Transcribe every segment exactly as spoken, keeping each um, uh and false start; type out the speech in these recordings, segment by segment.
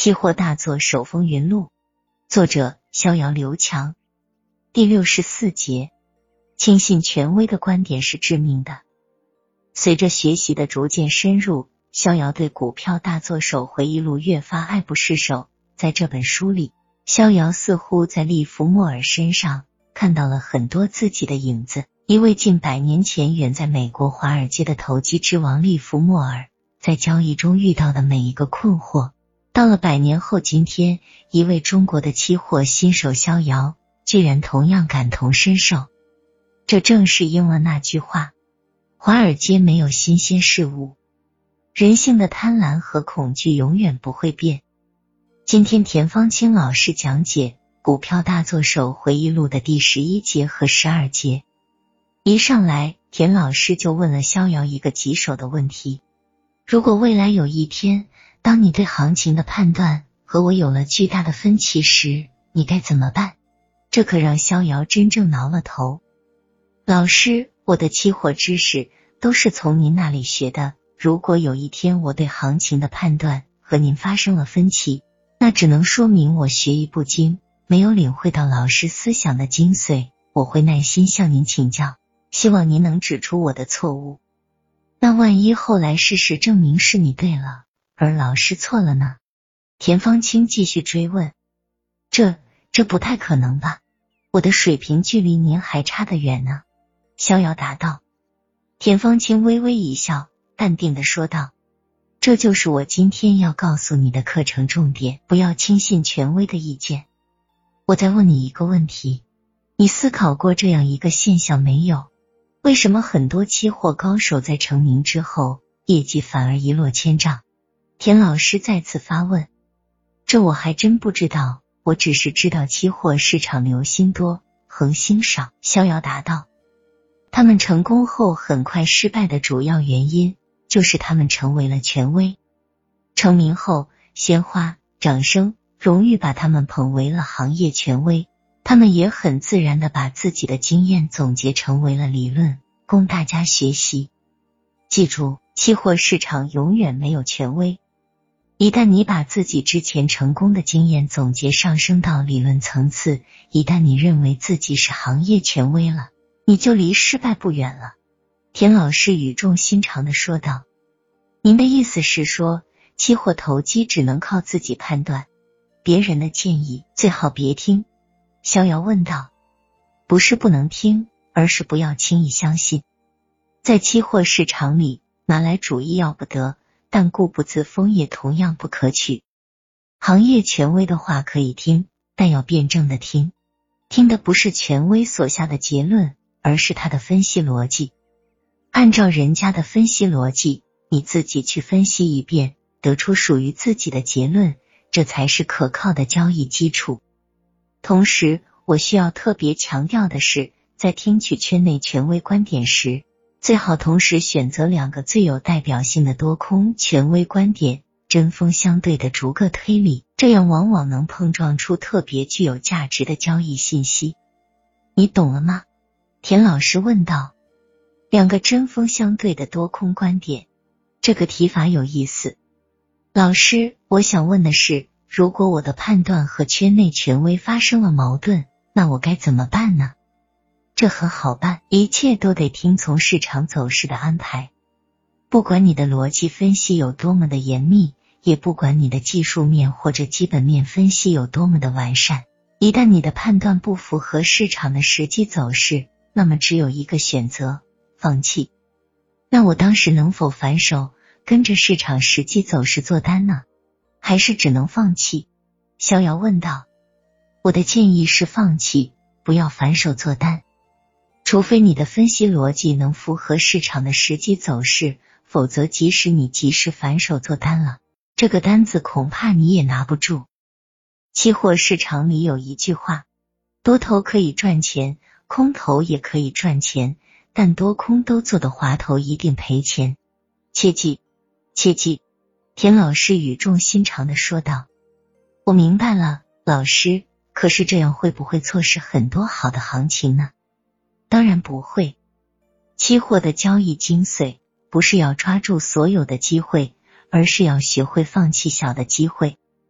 期货大作手风云录，作者逍遥刘强。第六十四节，轻信权威的观点是致命的。随着学习的逐渐深入，逍遥对股票大作手回忆录越发爱不释手。在这本书里，逍遥似乎在利弗莫尔身上看到了很多自己的影子。一位近百年前远在美国华尔街的投机之王利弗莫尔，在交易中遇到的每一个困惑，到了百年后今天，一位中国的期货新手逍遥居然同样感同身受。这正是应了那句话，华尔街没有新鲜事物，人性的贪婪和恐惧永远不会变。今天田方清老师讲解股票大作手回忆录的第十一节和十二节。一上来，田老师就问了逍遥一个棘手的问题：如果未来有一天，当你对行情的判断和我有了巨大的分歧时，你该怎么办？这可让逍遥真正挠了头。老师，我的期货知识都是从您那里学的，如果有一天我对行情的判断和您发生了分歧，那只能说明我学艺不精，没有领会到老师思想的精髓，我会耐心向您请教，希望您能指出我的错误。那万一后来事实证明是你对了，而老师错了呢？田方清继续追问。这这不太可能吧，我的水平距离您还差得远呢。逍遥答道。田方清微微一笑，淡定地说道，这就是我今天要告诉你的课程重点，不要轻信权威的意见。我再问你一个问题，你思考过这样一个现象没有？为什么很多期货高手在成名之后，业绩反而一落千丈？田老师再次发问。这我还真不知道，我只是知道期货市场流心多，恒心少。逍遥答道。他们成功后很快失败的主要原因，就是他们成为了权威。成名后，鲜花、掌声、荣誉把他们捧为了行业权威，他们也很自然地把自己的经验总结成为了理论，供大家学习。记住，期货市场永远没有权威。一旦你把自己之前成功的经验总结上升到理论层次，一旦你认为自己是行业权威了，你就离失败不远了。田老师语重心长地说道。您的意思是说，期货投机只能靠自己判断，别人的建议最好别听？逍遥问道。不是不能听，而是不要轻易相信。在期货市场里，拿来主义要不得，但固步自封也同样不可取。行业权威的话可以听，但要辩证的听，听的不是权威所下的结论，而是他的分析逻辑。按照人家的分析逻辑，你自己去分析一遍，得出属于自己的结论，这才是可靠的交易基础。同时，我需要特别强调的是，在听取圈内权威观点时，最好同时选择两个最有代表性的多空权威观点，针锋相对的逐个推理，这样往往能碰撞出特别具有价值的交易信息。你懂了吗？田老师问道。两个针锋相对的多空观点，这个提法有意思。老师，我想问的是，如果我的判断和圈内权威发生了矛盾，那我该怎么办呢？这很好办，一切都得听从市场走势的安排。不管你的逻辑分析有多么的严密，也不管你的技术面或者基本面分析有多么的完善，一旦你的判断不符合市场的实际走势，那么只有一个选择，放弃。那我当时能否反手跟着市场实际走势做单呢？还是只能放弃？逍遥问道。我的建议是放弃，不要反手做单。除非你的分析逻辑能符合市场的实际走势，否则即使你及时反手做单了，这个单子恐怕你也拿不住。期货市场里有一句话，多头可以赚钱，空头也可以赚钱，但多空都做的滑头一定赔钱。切记，切记。田老师语重心长地说道。我明白了，老师，可是这样会不会错失很多好的行情呢？当然不会。期货的交易精髓，不是要抓住所有的机会，而是要学会放弃小的机会。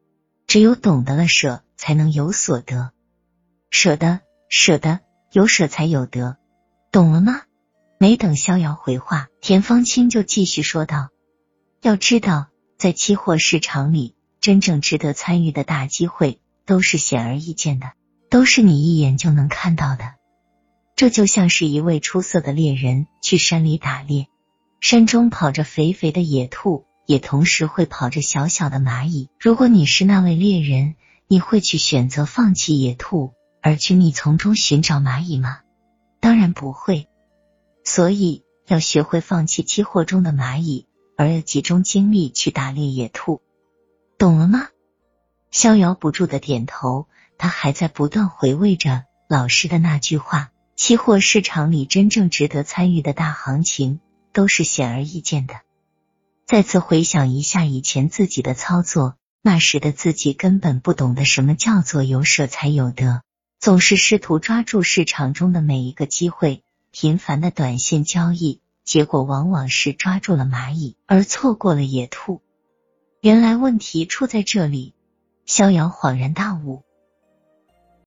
只有懂得了舍，才能有所得。舍得，舍得，有舍才有得，懂了吗？没等逍遥回话，田方清就继续说道，要知道，在期货市场里，真正值得参与的大机会都是显而易见的，都是你一眼就能看到的。这就像是一位出色的猎人去山里打猎，山中跑着肥肥的野兔，也同时会跑着小小的蚂蚁。如果你是那位猎人，你会去选择放弃野兔，而去蜜丛中寻找蚂蚁吗？当然不会。所以要学会放弃期货中的蚂蚁，而要集中精力去打猎野兔，懂了吗？逍遥不住的点头，他还在不断回味着老师的那句话，期货市场里真正值得参与的大行情都是显而易见的。再次回想一下以前自己的操作，那时的自己根本不懂得什么叫做有舍才有得，总是试图抓住市场中的每一个机会，频繁的短线交易，结果往往是抓住了蚂蚁，而错过了野兔。原来问题出在这里，逍遥恍然大悟，